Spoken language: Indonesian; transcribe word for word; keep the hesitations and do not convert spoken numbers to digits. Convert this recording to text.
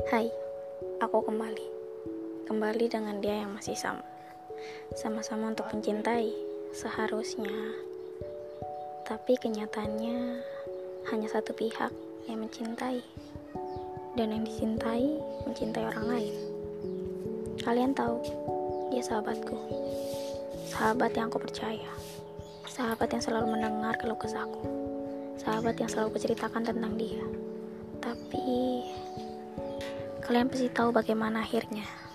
Hai, aku kembali. Kembali dengan dia yang masih sama. Sama-sama untuk mencintai, seharusnya. Tapi kenyataannya hanya satu pihak yang mencintai. Dan yang dicintai, mencintai orang lain. Kalian tahu, dia sahabatku. Sahabat yang aku percaya. Sahabat yang selalu mendengar keluh kesahku. Sahabat yang selalu kuceritakan tentang dia. Tapi kalian pasti tahu bagaimana akhirnya.